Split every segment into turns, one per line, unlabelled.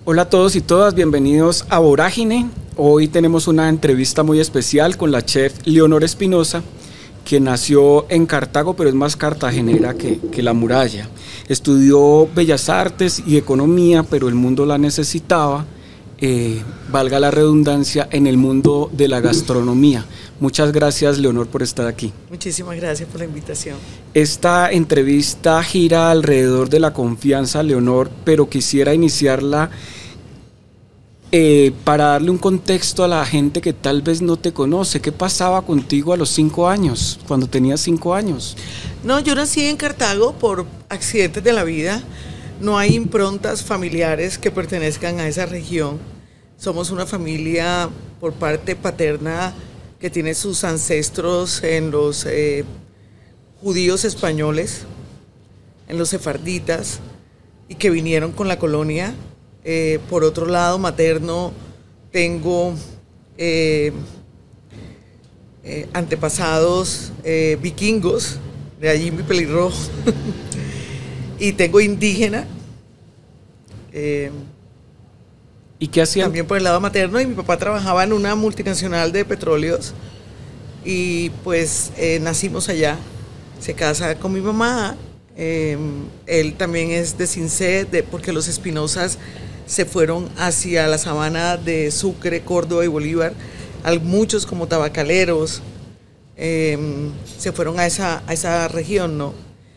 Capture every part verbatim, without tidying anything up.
Hola a todos y todas, bienvenidos a Vorágine. Hoy tenemos una entrevista muy especial con la chef Leonor Espinosa, que nació en Cartago, pero es más cartagenera que, que la muralla. Estudió Bellas Artes y Economía, pero el mundo la necesitaba, eh, valga la redundancia, en el mundo de la gastronomía. Muchas gracias, Leonor, por estar aquí.
Muchísimas gracias por la invitación.
Esta entrevista gira alrededor de la confianza, Leonor, pero quisiera iniciarla eh, para darle un contexto a la gente que tal vez no te conoce. ¿Qué pasaba contigo a los cinco años, cuando tenías cinco años?
No, yo nací en Cartago por accidentes de la vida. No hay improntas familiares que pertenezcan a esa región. Somos una familia por parte paterna que tiene sus ancestros en los eh, judíos españoles, en los sefarditas, y que vinieron con la colonia. Eh, por otro lado, materno, tengo eh, eh, antepasados eh, vikingos, de allí mi pelirrojo, y tengo indígena. Eh,
¿Y qué hacían?
También por el lado materno, y mi papá trabajaba en una multinacional de petróleos y pues eh, nacimos allá. Se casa con mi mamá, eh, él también es de Sincé, de, porque los Espinosas se fueron hacia la sabana de Sucre, Córdoba y Bolívar, Al, muchos como tabacaleros eh, se fueron a esa, a esa región, ¿no?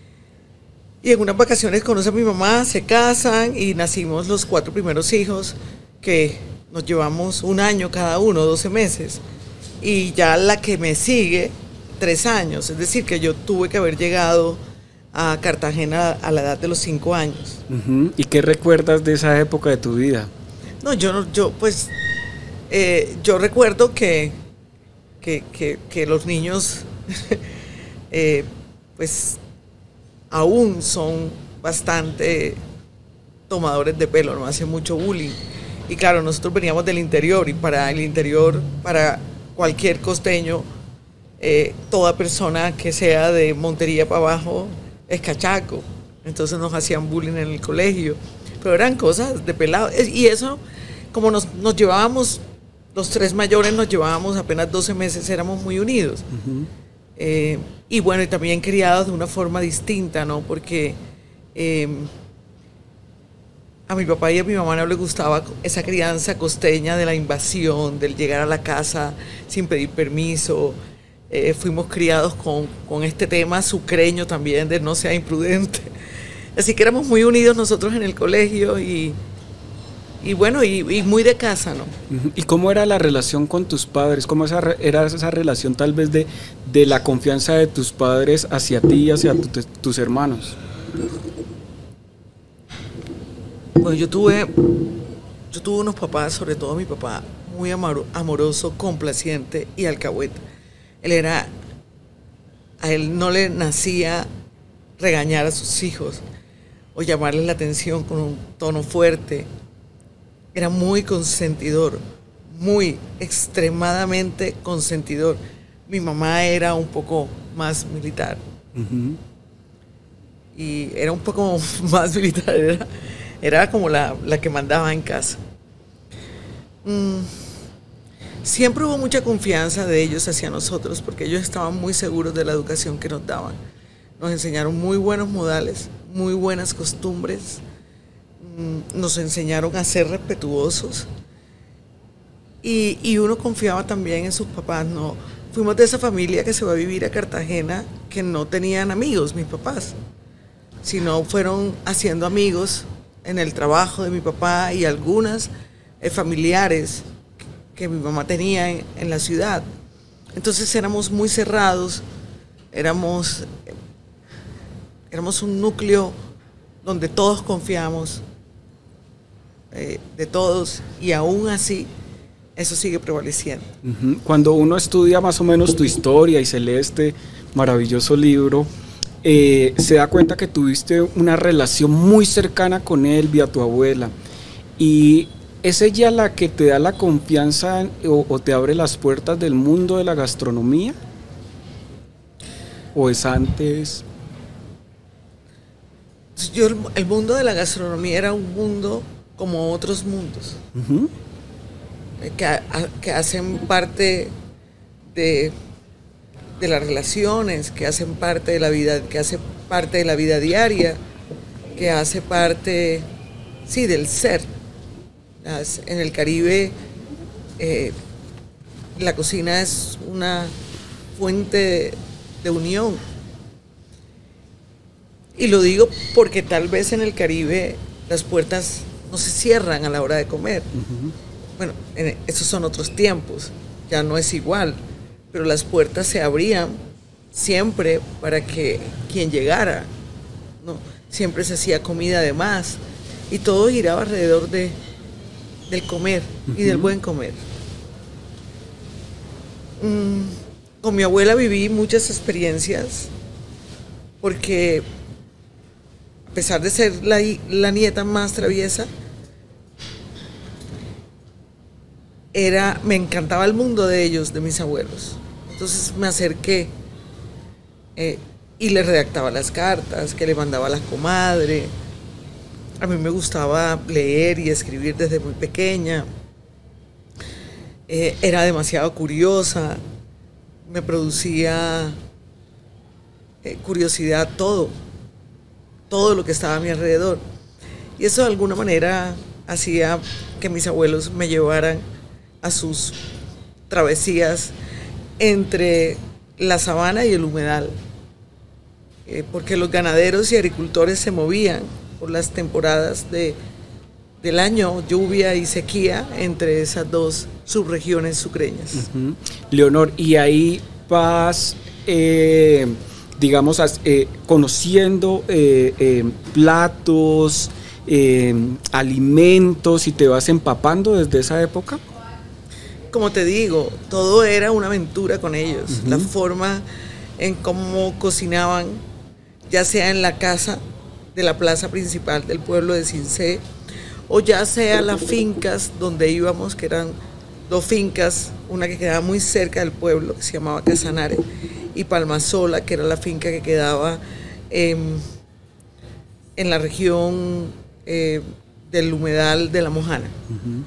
Y en unas vacaciones conoce a mi mamá, se casan y nacimos los cuatro primeros hijos, que nos llevamos un año cada uno, doce meses, y ya la que me sigue, tres años, es decir, que yo tuve que haber llegado a Cartagena a la edad de los cinco años.
Uh-huh. ¿Y qué recuerdas de esa época de tu vida?
No, yo, no, yo pues, eh, yo recuerdo que, que, que, que los niños, eh, pues, aún son bastante tomadores de pelo, no hacen mucho bullying. Y claro, nosotros veníamos del interior, y para el interior, para cualquier costeño, eh, toda persona que sea de Montería para abajo es cachaco. Entonces nos hacían bullying en el colegio, pero eran cosas de pelado. Y eso, como nos, nos llevábamos, los tres mayores nos llevábamos apenas doce meses, éramos muy unidos. Uh-huh. eh, y bueno, y también criados de una forma distinta, ¿no? Porque eh, a mi papá y a mi mamá no les gustaba esa crianza costeña de la invasión, del llegar a la casa sin pedir permiso. Eh, fuimos criados con, con este tema sucreño también, de no sea imprudente. Así que éramos muy unidos nosotros en el colegio y, y bueno, y, y muy de casa, ¿no?
¿Y cómo era la relación con tus padres? ¿Cómo esa, era esa relación tal vez de, de la confianza de tus padres hacia ti y hacia tu, tus hermanos?
Bueno, yo tuve, yo tuve unos papás, sobre todo mi papá, muy amor, amoroso, complaciente y alcahueta. Él era, a él no le nacía regañar a sus hijos o llamarles la atención con un tono fuerte. Era muy consentidor, muy extremadamente consentidor. Mi mamá era un poco más militar. Uh-huh. Y era un poco más militar, era... Era como la, la que mandaba en casa. Mm. Siempre hubo mucha confianza de ellos hacia nosotros, porque ellos estaban muy seguros de la educación que nos daban. Nos enseñaron muy buenos modales, muy buenas costumbres. Mm. Nos enseñaron a ser respetuosos. Y, y uno confiaba también en sus papás, ¿no? Fuimos de esa familia que se va a vivir a Cartagena, que no tenían amigos, mis papás, sino fueron haciendo amigos en el trabajo de mi papá y algunas eh, familiares que mi mamá tenía en, en la ciudad. Entonces éramos muy cerrados, éramos, éramos un núcleo donde todos confiamos, eh, de todos, y aún así eso sigue prevaleciendo.
Uh-huh. Cuando uno estudia más o menos tu historia y se lee este maravilloso libro, Eh, se da cuenta que tuviste una relación muy cercana con Elvia, tu abuela, y ¿es ella la que te da la confianza o, o te abre las puertas del mundo de la gastronomía? ¿O es antes?
Yo, el mundo de la gastronomía era un mundo como otros mundos,
Uh-huh.
que, a, que hacen parte de, de las relaciones, que hacen parte de la vida, que hace parte de la vida diaria, que hace parte, sí, del ser. En el Caribe, eh, la cocina es una fuente de, de unión. Y lo digo porque tal vez en el Caribe las puertas no se cierran a la hora de comer. Uh-huh. Bueno, en, esos son otros tiempos, ya no es igual, pero las puertas se abrían siempre para que quien llegara, ¿no? Siempre se hacía comida de más y todo giraba alrededor de, del comer uh-huh. y del buen comer. Mm, con mi abuela viví muchas experiencias porque a pesar de ser la, la nieta más traviesa, era, me encantaba el mundo de ellos, de mis abuelos. Entonces me acerqué eh, y le redactaba las cartas que le mandaba a la comadre. A mí me gustaba leer y escribir desde muy pequeña. Eh, era demasiado curiosa, me producía eh, curiosidad todo, todo lo que estaba a mi alrededor. Y eso de alguna manera hacía que mis abuelos me llevaran a sus travesías entre la sabana y el humedal, eh, porque los ganaderos y agricultores se movían por las temporadas de, del año, lluvia y sequía, entre esas dos subregiones sucreñas.
Uh-huh. Leonor, y ahí vas, eh, digamos, eh, conociendo eh, eh, platos, eh, alimentos, y te vas empapando desde esa época.
Como te digo, todo era una aventura con ellos. Uh-huh. La forma en cómo cocinaban, ya sea en la casa de la plaza principal del pueblo de Cincé, o ya sea las fincas donde íbamos, que eran dos fincas, una que quedaba muy cerca del pueblo, que se llamaba Casanare, y Palmasola, que era la finca que quedaba eh, en la región eh, del humedal de La Mojana. Uh-huh.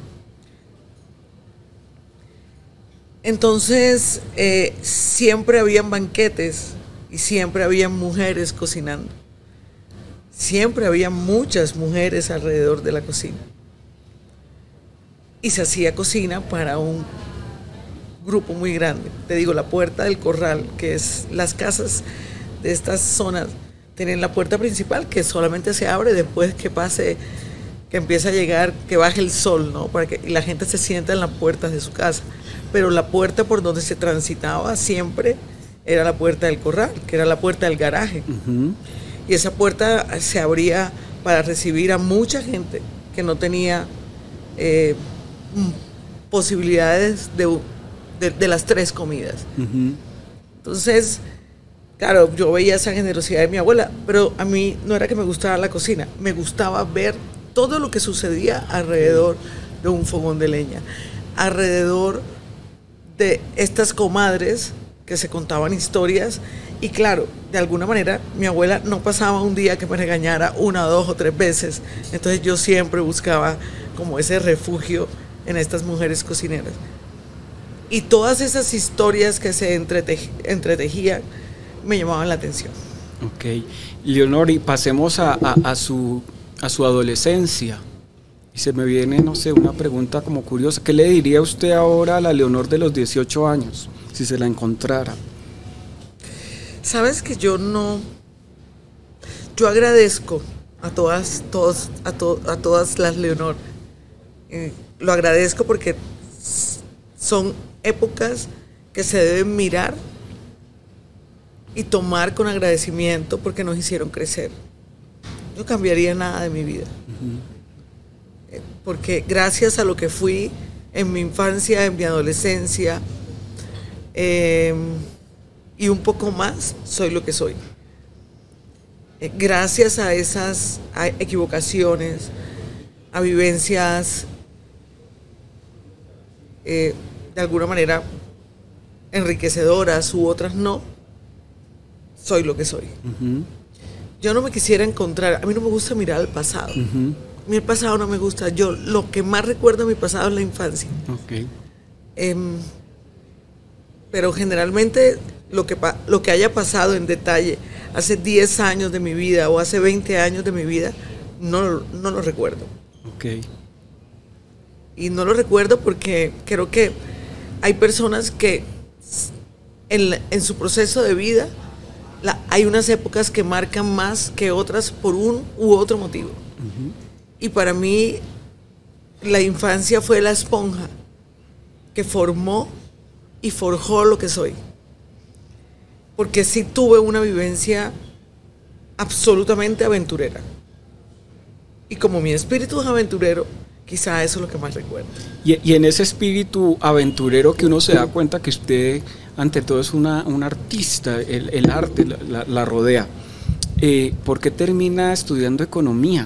Entonces, eh, siempre habían banquetes y siempre habían mujeres cocinando. Siempre había muchas mujeres alrededor de la cocina. Y se hacía cocina para un grupo muy grande. Te digo, la puerta del corral, que es las casas de estas zonas, tienen la puerta principal que solamente se abre después que pase, que empieza a llegar, que baje el sol, ¿no? Para que la gente se sienta en las puertas de su casa. Pero la puerta por donde se transitaba siempre era la puerta del corral, que era la puerta del garaje. Uh-huh. Y esa puerta se abría para recibir a mucha gente que no tenía eh, posibilidades de, de, de las tres comidas. Uh-huh. Entonces, claro, yo veía esa generosidad de mi abuela, pero a mí no era que me gustara la cocina, me gustaba ver todo lo que sucedía alrededor de un fogón de leña, alrededor de estas comadres que se contaban historias. Y claro, de alguna manera mi abuela no pasaba un día que me regañara una, dos o tres veces. Entonces yo siempre buscaba como ese refugio en estas mujeres cocineras. Y todas esas historias que se entretej- entretejían me llamaban la atención.
Ok. Leonor, y pasemos a, a, a, su, a su adolescencia. Y se me viene, no sé, una pregunta como curiosa. ¿Qué le diría usted ahora a la Leonor de los dieciocho años, si se la encontrara?
Sabes que yo no, yo agradezco a todas, todos, a, to, a todas las Leonor. Eh, lo agradezco porque son épocas que se deben mirar y tomar con agradecimiento porque nos hicieron crecer. No cambiaría nada de mi vida. Uh-huh. Eh, porque gracias a lo que fui en mi infancia, en mi adolescencia, eh, y un poco más, soy lo que soy. Eh, gracias a esas a equivocaciones, a vivencias eh, de alguna manera enriquecedoras u otras no, soy lo que soy. Uh-huh. Yo no me quisiera encontrar, a mí no me gusta mirar al pasado. Uh-huh. mi el pasado no me gusta. Yo lo que más recuerdo de mi pasado es la infancia.
Okay.
Eh, pero generalmente lo que, lo que haya pasado en detalle hace diez años de mi vida o hace veinte años de mi vida, no, no lo recuerdo.
Okay.
Y no lo recuerdo porque creo que hay personas que en, en su proceso de vida la, hay unas épocas que marcan más que otras por un u otro motivo. Uh-huh. Y para mí la infancia fue la esponja que formó y forjó lo que soy. Porque sí tuve una vivencia absolutamente aventurera. Y como mi espíritu es aventurero, quizá eso es lo que más recuerdo.
Y, y en ese espíritu aventurero que uno se da cuenta que usted, ante todo, es una, una artista, el, el arte la, la, la rodea. Eh, ¿Por qué termina estudiando economía?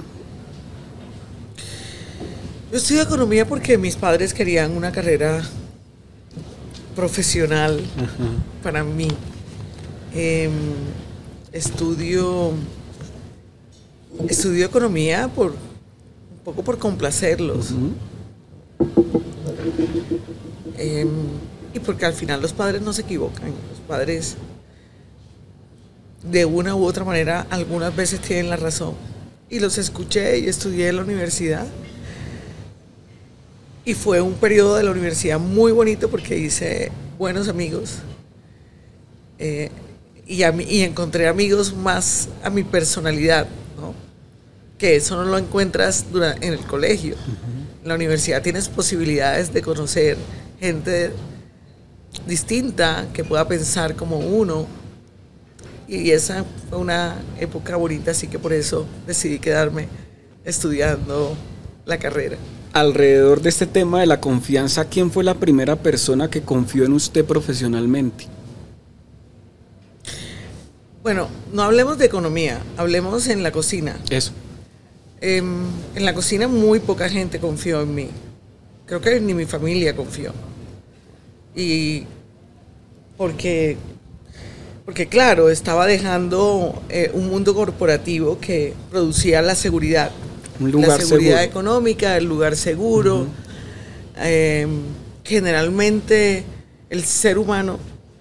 Yo estudio economía porque mis padres querían una carrera profesional. Uh-huh. Para mí. Eh, estudio, estudio economía por un poco por complacerlos. Uh-huh. Eh, y porque al final los padres no se equivocan. Los padres, de una u otra manera, algunas veces tienen la razón. Y los escuché y estudié en la universidad. Y fue un periodo de la universidad muy bonito porque hice buenos amigos. Eh, y, a mí, y encontré amigos más a mi personalidad, ¿no? Que eso no lo encuentras durante, en el colegio. Uh-huh. En la universidad tienes posibilidades de conocer gente distinta que pueda pensar como uno. Y esa fue una época bonita, así que por eso decidí quedarme estudiando la carrera.
Alrededor de este tema de la confianza, ¿quién fue la primera persona que confió en usted profesionalmente?
Bueno, no hablemos de economía, hablemos en la cocina.
Eso.
Eh, en la cocina muy poca gente confió en mí. Creo que ni mi familia confió. Y porque, porque claro, estaba dejando eh, un mundo corporativo que producía la seguridad.
Un lugar
la seguridad
seguro.
Económica, el lugar seguro. Uh-huh. Eh, generalmente el ser humano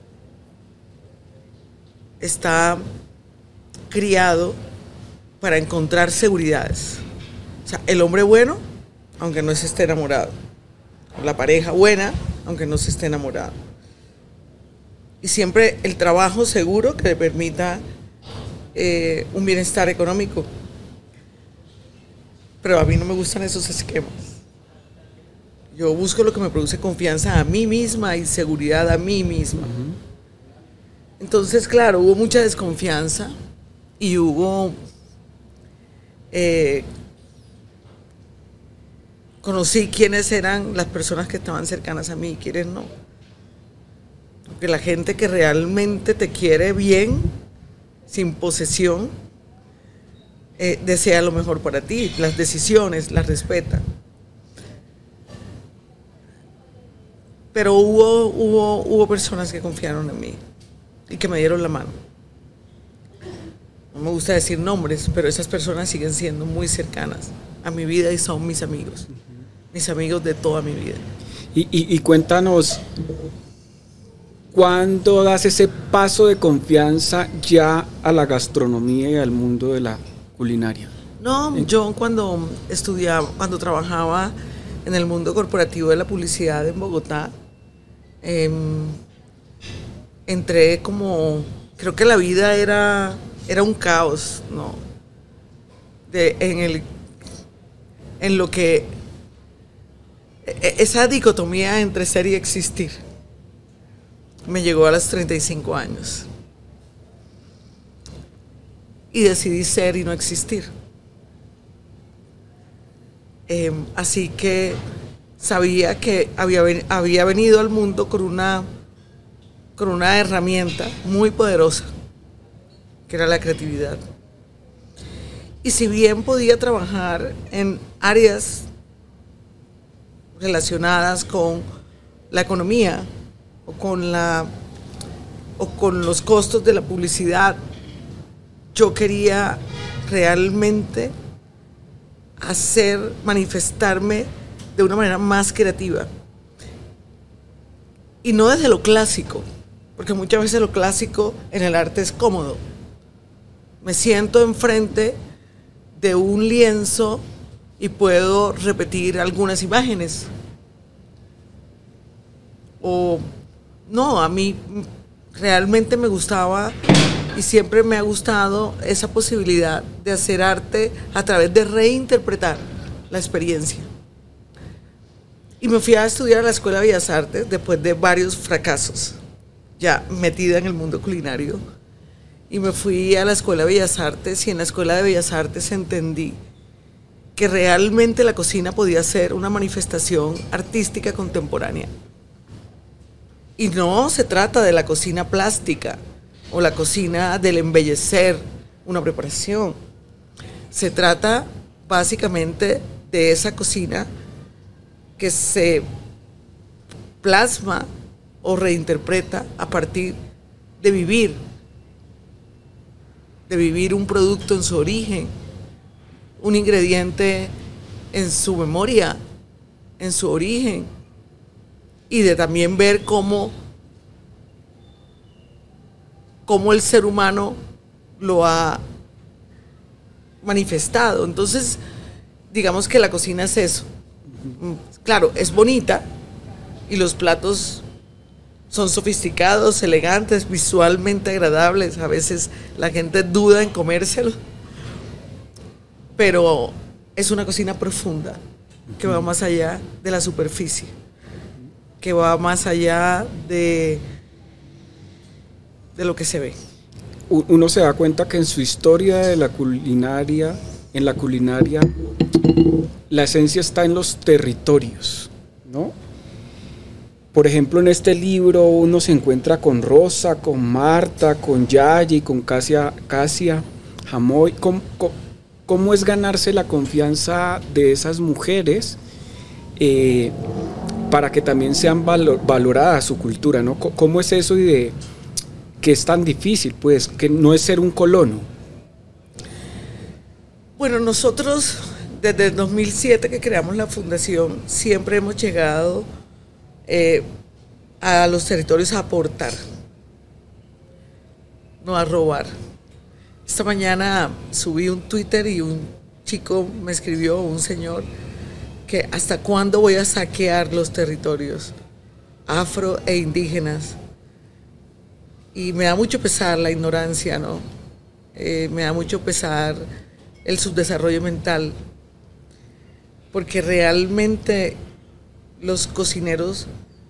está criado para encontrar seguridades. O sea, el hombre bueno, aunque no se esté enamorado. La pareja buena, aunque no se esté enamorado. Y siempre el trabajo seguro que le permita eh, un bienestar económico. Pero a mí no me gustan esos esquemas. Yo busco lo que me produce confianza a mí misma y seguridad a mí misma. Uh-huh. Entonces, claro, hubo mucha desconfianza y hubo... Eh, conocí quiénes eran las personas que estaban cercanas a mí y quiénes no. Porque la gente que realmente te quiere bien, sin posesión, eh, desea lo mejor para ti, las decisiones las respeta. Pero hubo, hubo, hubo personas que confiaron en mí y que me dieron la mano. No me gusta decir nombres, pero esas personas siguen siendo muy cercanas a mi vida y son mis amigos, uh-huh. mis amigos de toda mi vida.
Y, y, y cuéntanos, ¿cuándo das ese paso de confianza ya a la gastronomía y al mundo de la culinaria?
No, yo cuando estudiaba, cuando trabajaba en el mundo corporativo de la publicidad en Bogotá, eh, entré como, creo que la vida era, era un caos, ¿no? De, en, el, en lo que, esa dicotomía entre ser y existir, me llegó a los treinta y cinco años. Y decidí ser y no existir. Eh, así que sabía que había, había venido al mundo con una, con una herramienta muy poderosa, que era la creatividad. Y si bien podía trabajar en áreas relacionadas con la economía o con, la, o con los costos de la publicidad, yo quería realmente hacer, manifestarme de una manera más creativa. Y no desde lo clásico, porque muchas veces lo clásico en el arte es cómodo. Me siento enfrente de un lienzo y puedo repetir algunas imágenes. O no, a mí realmente me gustaba y siempre me ha gustado esa posibilidad de hacer arte a través de reinterpretar la experiencia. Y me fui a estudiar a la Escuela de Bellas Artes después de varios fracasos, ya metida en el mundo culinario. Y me fui a la Escuela de Bellas Artes y en la Escuela de Bellas Artes entendí que realmente la cocina podía ser una manifestación artística contemporánea. Y no se trata de la cocina plástica o la cocina del embellecer una preparación. Se trata básicamente de esa cocina que se plasma o reinterpreta a partir de vivir, de vivir un producto en su origen, un ingrediente en su memoria, en su origen, y de también ver cómo, cómo el ser humano lo ha manifestado. Entonces, digamos que la cocina es eso. Claro, es bonita y los platos son sofisticados, elegantes, visualmente agradables. A veces la gente duda en comérselo, pero es una cocina profunda que va más allá de la superficie, que va más allá de, de lo que se ve.
Uno se da cuenta que en su historia de la culinaria, en la culinaria, la esencia está en los territorios, ¿no? Por ejemplo, en este libro uno se encuentra con Rosa, con Marta, con Yayi, con Casia, Casia Jamoy. ¿Cómo, cómo, cómo es ganarse la confianza de esas mujeres eh, para que también sean valor, valoradas su cultura, ¿no? ¿Cómo es eso y de que es tan difícil, pues, que no es ser un colono?
Bueno, nosotros desde el dos mil siete que creamos la fundación siempre hemos llegado eh, a los territorios a aportar, no a robar. Esta mañana subí un Twitter y un chico me escribió, un señor, que hasta cuándo voy a saquear los territorios afro e indígenas. Y me da mucho pesar la ignorancia, ¿no? Eh, me da mucho pesar el subdesarrollo mental, porque realmente los cocineros,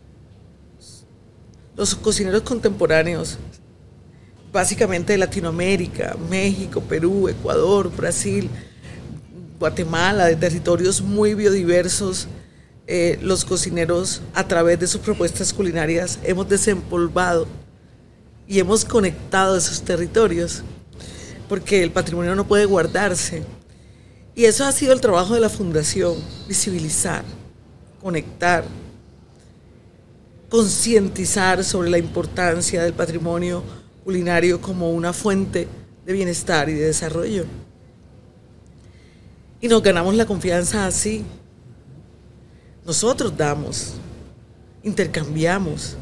los cocineros contemporáneos, básicamente de Latinoamérica, México, Perú, Ecuador, Brasil, Guatemala, de territorios muy biodiversos, eh, los cocineros a través de sus propuestas culinarias hemos desempolvado y hemos conectado esos territorios, porque el patrimonio no puede guardarse. Y eso ha sido el trabajo de la Fundación, visibilizar, conectar, concientizar sobre la importancia del patrimonio culinario como una fuente de bienestar y de desarrollo. Y nos ganamos la confianza así. Nosotros damos, intercambiamos,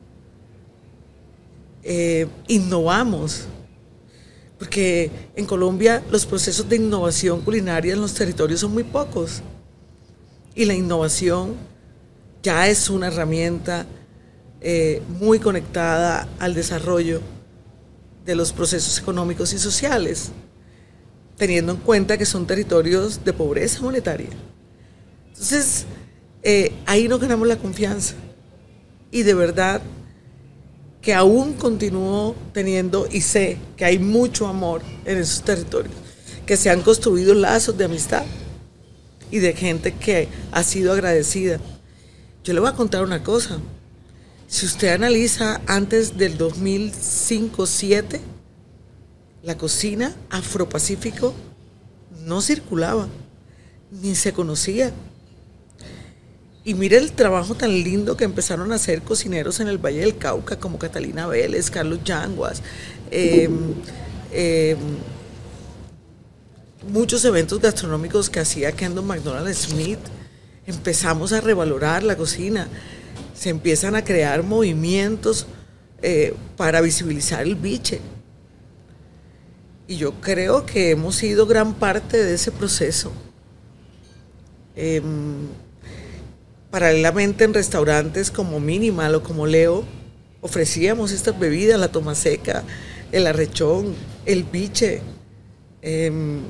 eh, innovamos. Porque en Colombia los procesos de innovación culinaria en los territorios son muy pocos. Y la innovación ya es una herramienta eh, muy conectada al desarrollo de los procesos económicos y sociales, teniendo en cuenta que son territorios de pobreza monetaria. Entonces, eh, ahí nos ganamos la confianza. Y de verdad que aún continúo teniendo, y sé que hay mucho amor en esos territorios, que se han construido lazos de amistad y de gente que ha sido agradecida. Yo le voy a contar una cosa. Si usted analiza antes del dos mil cinco dos mil siete, la cocina afropacífico no circulaba, ni se conocía. Y mire el trabajo tan lindo que empezaron a hacer cocineros en el Valle del Cauca, como Catalina Vélez, Carlos Yanguas, eh, eh, muchos eventos gastronómicos que hacía Kendall McDonald Smith, empezamos a revalorar la cocina, se empiezan a crear movimientos eh, para visibilizar el biche. Y yo creo que hemos sido gran parte de ese proceso. Eh, paralelamente en restaurantes como Minimal o como Leo, ofrecíamos estas bebidas, la tomaseca, el arrechón, el biche, eh,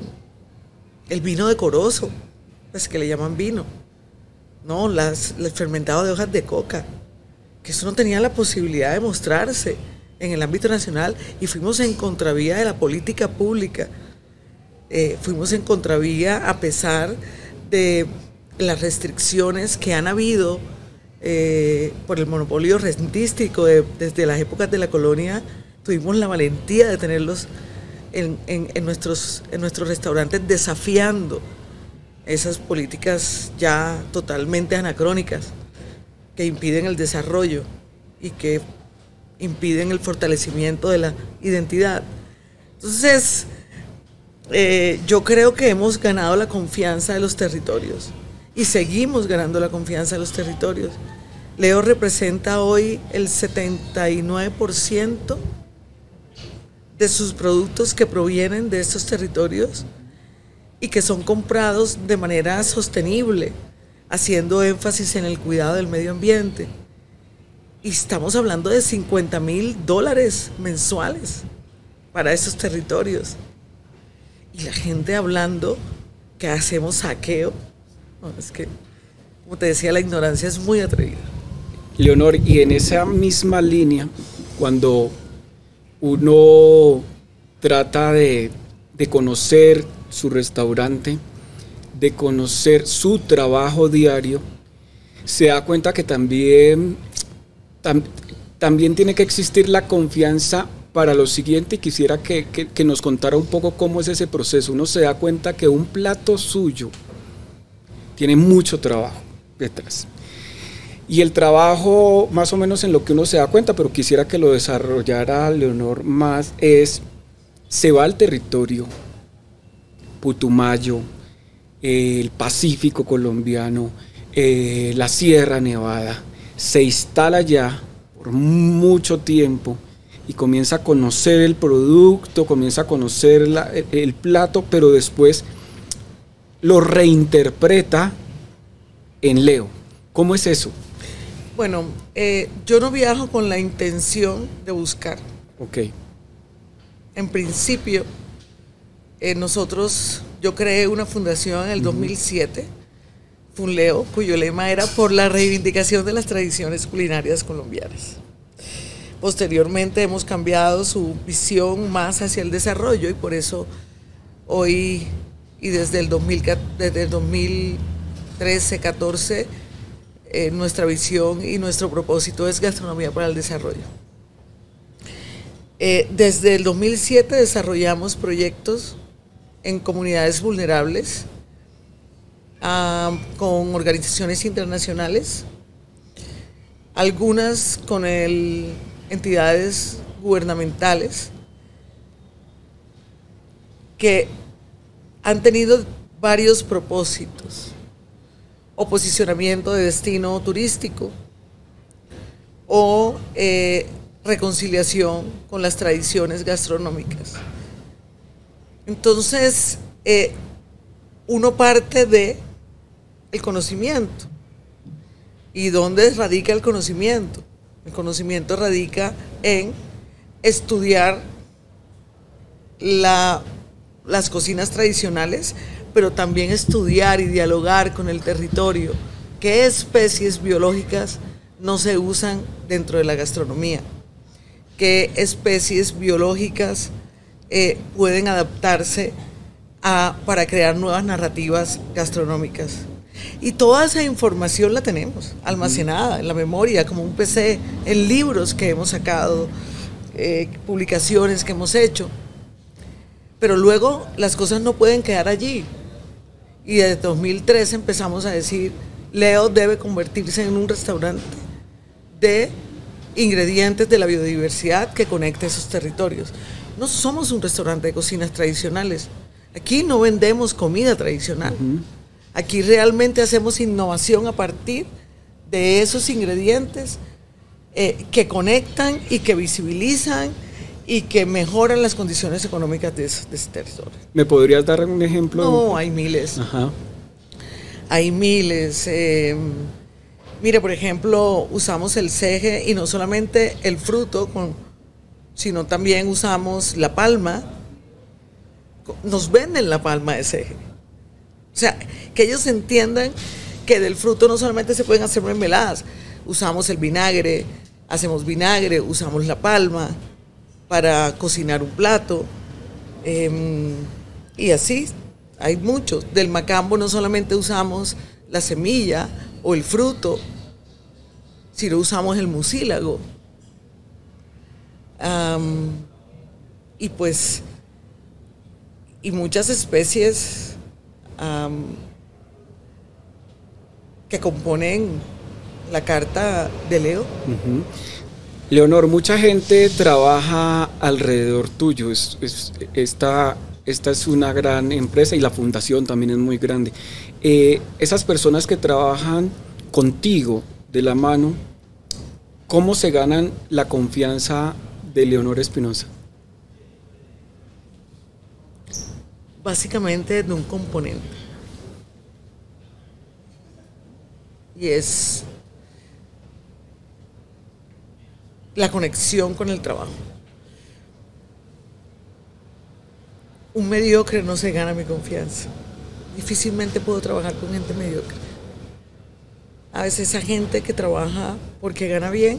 el vino decoroso, pues que le llaman vino, no, las, el fermentado de hojas de coca, que eso no tenía la posibilidad de mostrarse en el ámbito nacional, y fuimos en contravía de la política pública, eh, fuimos en contravía a pesar de las restricciones que han habido eh, por el monopolio rentístico de, desde las épocas de la colonia. Tuvimos la valentía de tenerlos en, en, en, nuestros, en nuestros restaurantes desafiando esas políticas ya totalmente anacrónicas que impiden el desarrollo y que impiden el fortalecimiento de la identidad. Entonces, eh, yo creo que hemos ganado la confianza de los territorios y seguimos ganando la confianza de los territorios. Leo representa hoy el setenta y nueve por ciento de sus productos que provienen de estos territorios y que son comprados de manera sostenible, haciendo énfasis en el cuidado del medio ambiente. Y estamos hablando de cincuenta mil dólares mensuales para esos territorios. Y la gente hablando que hacemos saqueo. No, es que, como te decía, la ignorancia es muy atrevida.
Leonor, y en esa misma línea, cuando uno trata de, de conocer su restaurante, de conocer su trabajo diario, se da cuenta que también, tam, también tiene que existir la confianza para lo siguiente, y quisiera que, que, que nos contara un poco cómo es ese proceso. Uno se da cuenta que un plato suyo tiene mucho trabajo detrás. Y el trabajo, más o menos en lo que uno se da cuenta, pero quisiera que lo desarrollara Leonor más, es, se va al territorio, Putumayo, eh, el Pacífico colombiano, eh, la Sierra Nevada, se instala allá por mucho tiempo y comienza a conocer el producto, comienza a conocer la, el, el plato, pero después lo reinterpreta en Leo. ¿Cómo es eso?
Bueno, eh, yo no viajo con la intención de buscar.
Ok.
En principio, eh, nosotros, yo creé una fundación en el uh-huh. dos mil siete, Funleo, cuyo lema era por la reivindicación de las tradiciones culinarias colombianas. Posteriormente hemos cambiado su visión más hacia el desarrollo, y por eso hoy y desde el, dos mil, desde el dos mil trece catorce eh, nuestra visión y nuestro propósito es gastronomía para el desarrollo. Eh, desde el dos mil siete desarrollamos proyectos en comunidades vulnerables uh, con organizaciones internacionales, algunas con el, entidades gubernamentales que han tenido varios propósitos: o posicionamiento de destino turístico, o eh, reconciliación con las tradiciones gastronómicas. Entonces, eh, uno parte de el conocimiento. ¿Y dónde radica el conocimiento? El conocimiento radica en estudiar la, las cocinas tradicionales, pero también estudiar y dialogar con el territorio. ¿Qué especies biológicas no se usan dentro de la gastronomía? ¿Qué especies biológicas eh, pueden adaptarse a, para crear nuevas narrativas gastronómicas? Y toda esa información la tenemos almacenada en la memoria, como un P C, en libros que hemos sacado, eh, publicaciones que hemos hecho. Pero luego las cosas no pueden quedar allí. Y desde dos mil trece empezamos a decir, Leo debe convertirse en un restaurante de ingredientes de la biodiversidad que conecte esos territorios. No somos un restaurante de cocinas tradicionales. Aquí no vendemos comida tradicional. Uh-huh. Aquí realmente hacemos innovación a partir de esos ingredientes eh, que conectan y que visibilizan y que mejoran las condiciones económicas de, de ese territorio.
¿Me podrías dar un ejemplo?
No, hay miles.
Ajá.
Hay miles. Eh, mira, por ejemplo, usamos el ceje y no solamente el fruto, con, sino también usamos la palma. Nos venden la palma de ceje. O sea, que ellos entiendan que del fruto no solamente se pueden hacer mermeladas. Usamos el vinagre, hacemos vinagre, usamos la palma para cocinar un plato. Eh, y así. Hay muchos. Del macambo no solamente usamos la semilla o el fruto, sino usamos el mucílago. Um, y pues, y muchas especies um, que componen la carta de Leo.
Uh-huh. Leonor, mucha gente trabaja alrededor tuyo. Es, es, esta... Esta es una gran empresa y la fundación también es muy grande. Eh, esas personas que trabajan contigo de la mano, ¿cómo se ganan la confianza de Leonor Espinosa?
Básicamente de un componente. Y es la conexión con el trabajo. Un mediocre no se gana mi confianza. Difícilmente puedo trabajar con gente mediocre. A veces esa gente que trabaja porque gana bien,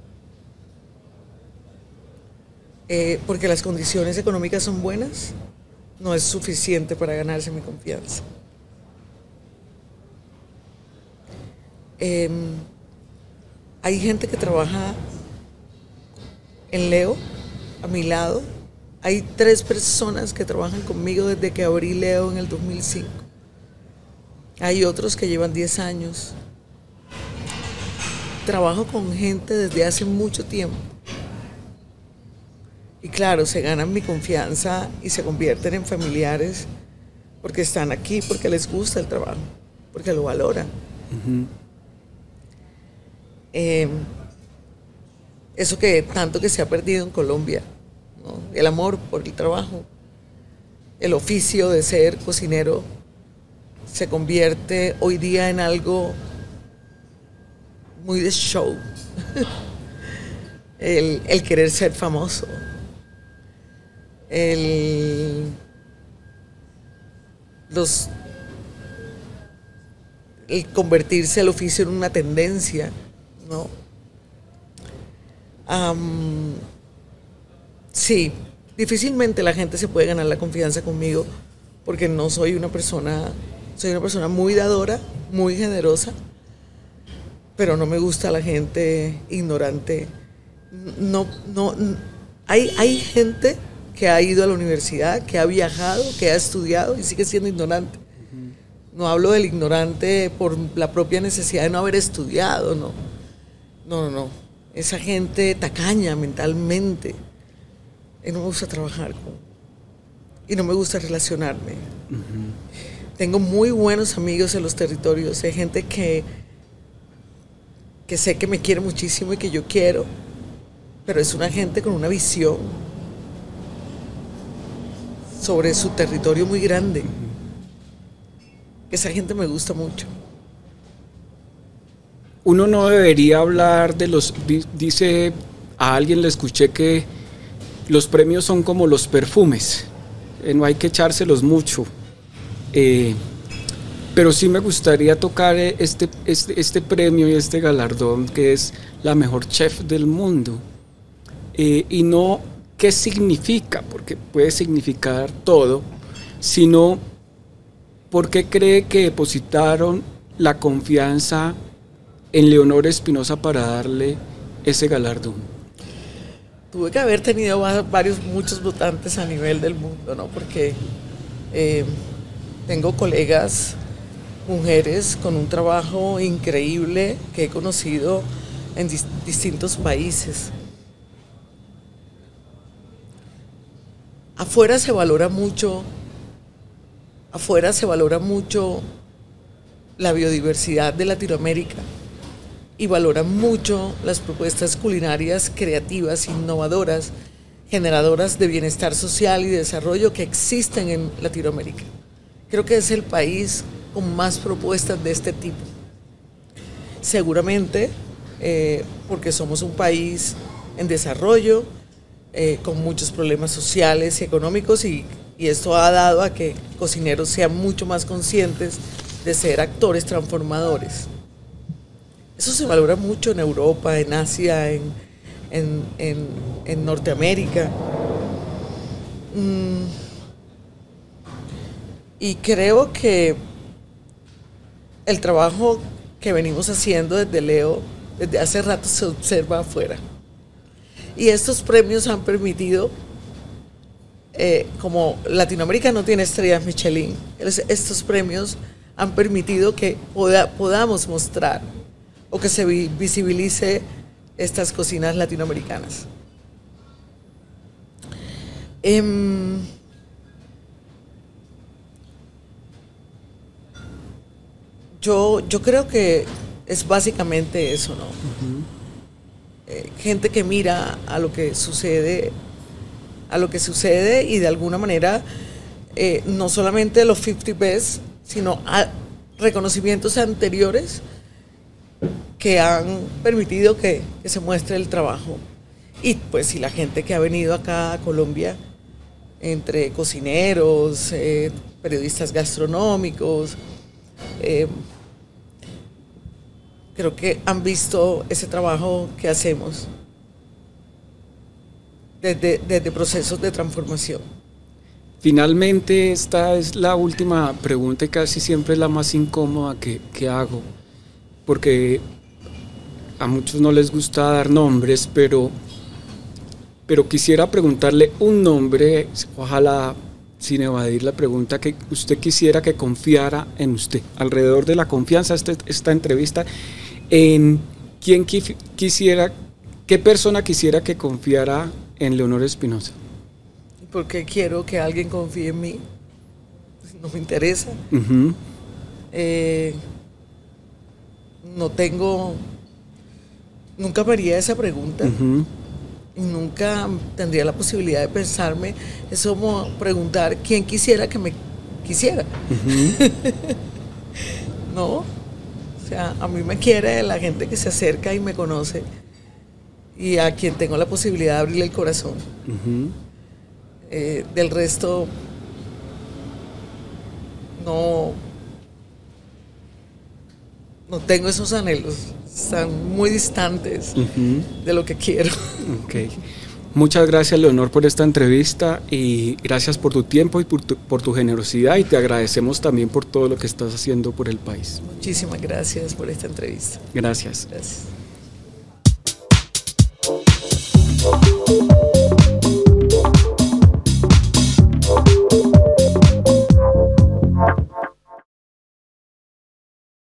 eh, porque las condiciones económicas son buenas, no es suficiente para ganarse mi confianza. Eh, hay gente que trabaja en Leo, a mi lado. Hay tres personas que trabajan conmigo desde que abrí Leo en el dos mil cinco. Hay otros que llevan diez años. Trabajo con gente desde hace mucho tiempo. Y claro, se ganan mi confianza y se convierten en familiares porque están aquí, porque les gusta el trabajo, porque lo valoran. Uh-huh. eh, eso que tanto que se ha perdido en Colombia. ¿No? El amor por el trabajo, el oficio de ser cocinero se convierte hoy día en algo muy de show. el, el querer ser famoso, el, los, el convertirse el oficio en una tendencia, ¿no? Um, Sí, difícilmente la gente se puede ganar la confianza conmigo porque no soy una persona, soy una persona muy dadora, muy generosa, pero no me gusta la gente ignorante. No, no, hay, hay gente que ha ido a la universidad, que ha viajado, que ha estudiado y sigue siendo ignorante. No hablo del ignorante por la propia necesidad de no haber estudiado, no. No, no, no. Esa gente tacaña mentalmente. Y no me gusta trabajar con, y no me gusta relacionarme. Uh-huh. Tengo muy buenos amigos en los territorios, hay gente que, que sé que me quiere muchísimo y que yo quiero, pero es una gente con una visión sobre su territorio muy grande. Uh-huh. Esa gente me gusta mucho.
Uno no debería hablar de los, dice, a alguien le escuché que los premios son como los perfumes, eh, no hay que echárselos mucho, eh, pero sí me gustaría tocar este, este, este premio y este galardón que es la mejor chef del mundo, eh, y no qué significa, porque puede significar todo, sino por qué cree que depositaron la confianza en Leonor Espinosa para darle ese galardón.
Tuve que haber tenido varios, muchos votantes a nivel del mundo, ¿no? Porque eh, tengo colegas, mujeres con un trabajo increíble que he conocido en dis- distintos países. Afuera se valora mucho afuera se valora mucho la biodiversidad de Latinoamérica y valoran mucho las propuestas culinarias creativas, innovadoras, generadoras de bienestar social y desarrollo que existen en Latinoamérica. Creo que es el país con más propuestas de este tipo. Seguramente, eh, porque somos un país en desarrollo, eh, con muchos problemas sociales y económicos, y, y esto ha dado a que cocineros sean mucho más conscientes de ser actores transformadores. Eso se valora mucho en Europa, en Asia, en, en, en, en Norteamérica. Mm. Y creo que el trabajo que venimos haciendo desde Leo, desde hace rato se observa afuera. Y estos premios han permitido, eh, como Latinoamérica no tiene estrellas Michelin, estos premios han permitido que poda, podamos mostrar o que se visibilice estas cocinas latinoamericanas. Eh, yo, yo creo que es básicamente eso, ¿no? Uh-huh. eh, gente que mira a lo que sucede, a lo que sucede y de alguna manera eh, no solamente los cincuenta best, sino a reconocimientos anteriores que han permitido que, que se muestre el trabajo. Y pues y la gente que ha venido acá a Colombia, entre cocineros, eh, periodistas gastronómicos, eh, creo que han visto ese trabajo que hacemos desde, desde procesos de transformación.
Finalmente, esta es la última pregunta y casi siempre es la más incómoda que, que hago, porque a muchos no les gusta dar nombres, pero, pero quisiera preguntarle un nombre, ojalá sin evadir la pregunta, que usted quisiera que confiara en usted, alrededor de la confianza, este, esta entrevista, en quién quisiera, qué persona quisiera que confiara en Leonor Espinosa.
Porque quiero que alguien confíe en mí, no me interesa.
Uh-huh.
eh, no tengo, nunca me haría esa pregunta.
Uh-huh.
Y nunca tendría la posibilidad de pensarme, es como preguntar quién quisiera que me quisiera. Uh-huh. No, o sea, a mí me quiere la gente que se acerca y me conoce y a quien tengo la posibilidad de abrirle el corazón. Uh-huh. Eh, del resto, no, no tengo esos anhelos, están muy distantes uh-huh. de lo que quiero.
Okay. Muchas gracias, Leonor, por esta entrevista y gracias por tu tiempo y por tu, por tu generosidad, y te agradecemos también por todo lo que estás haciendo por el país.
Muchísimas gracias por esta entrevista.
Gracias.
Gracias.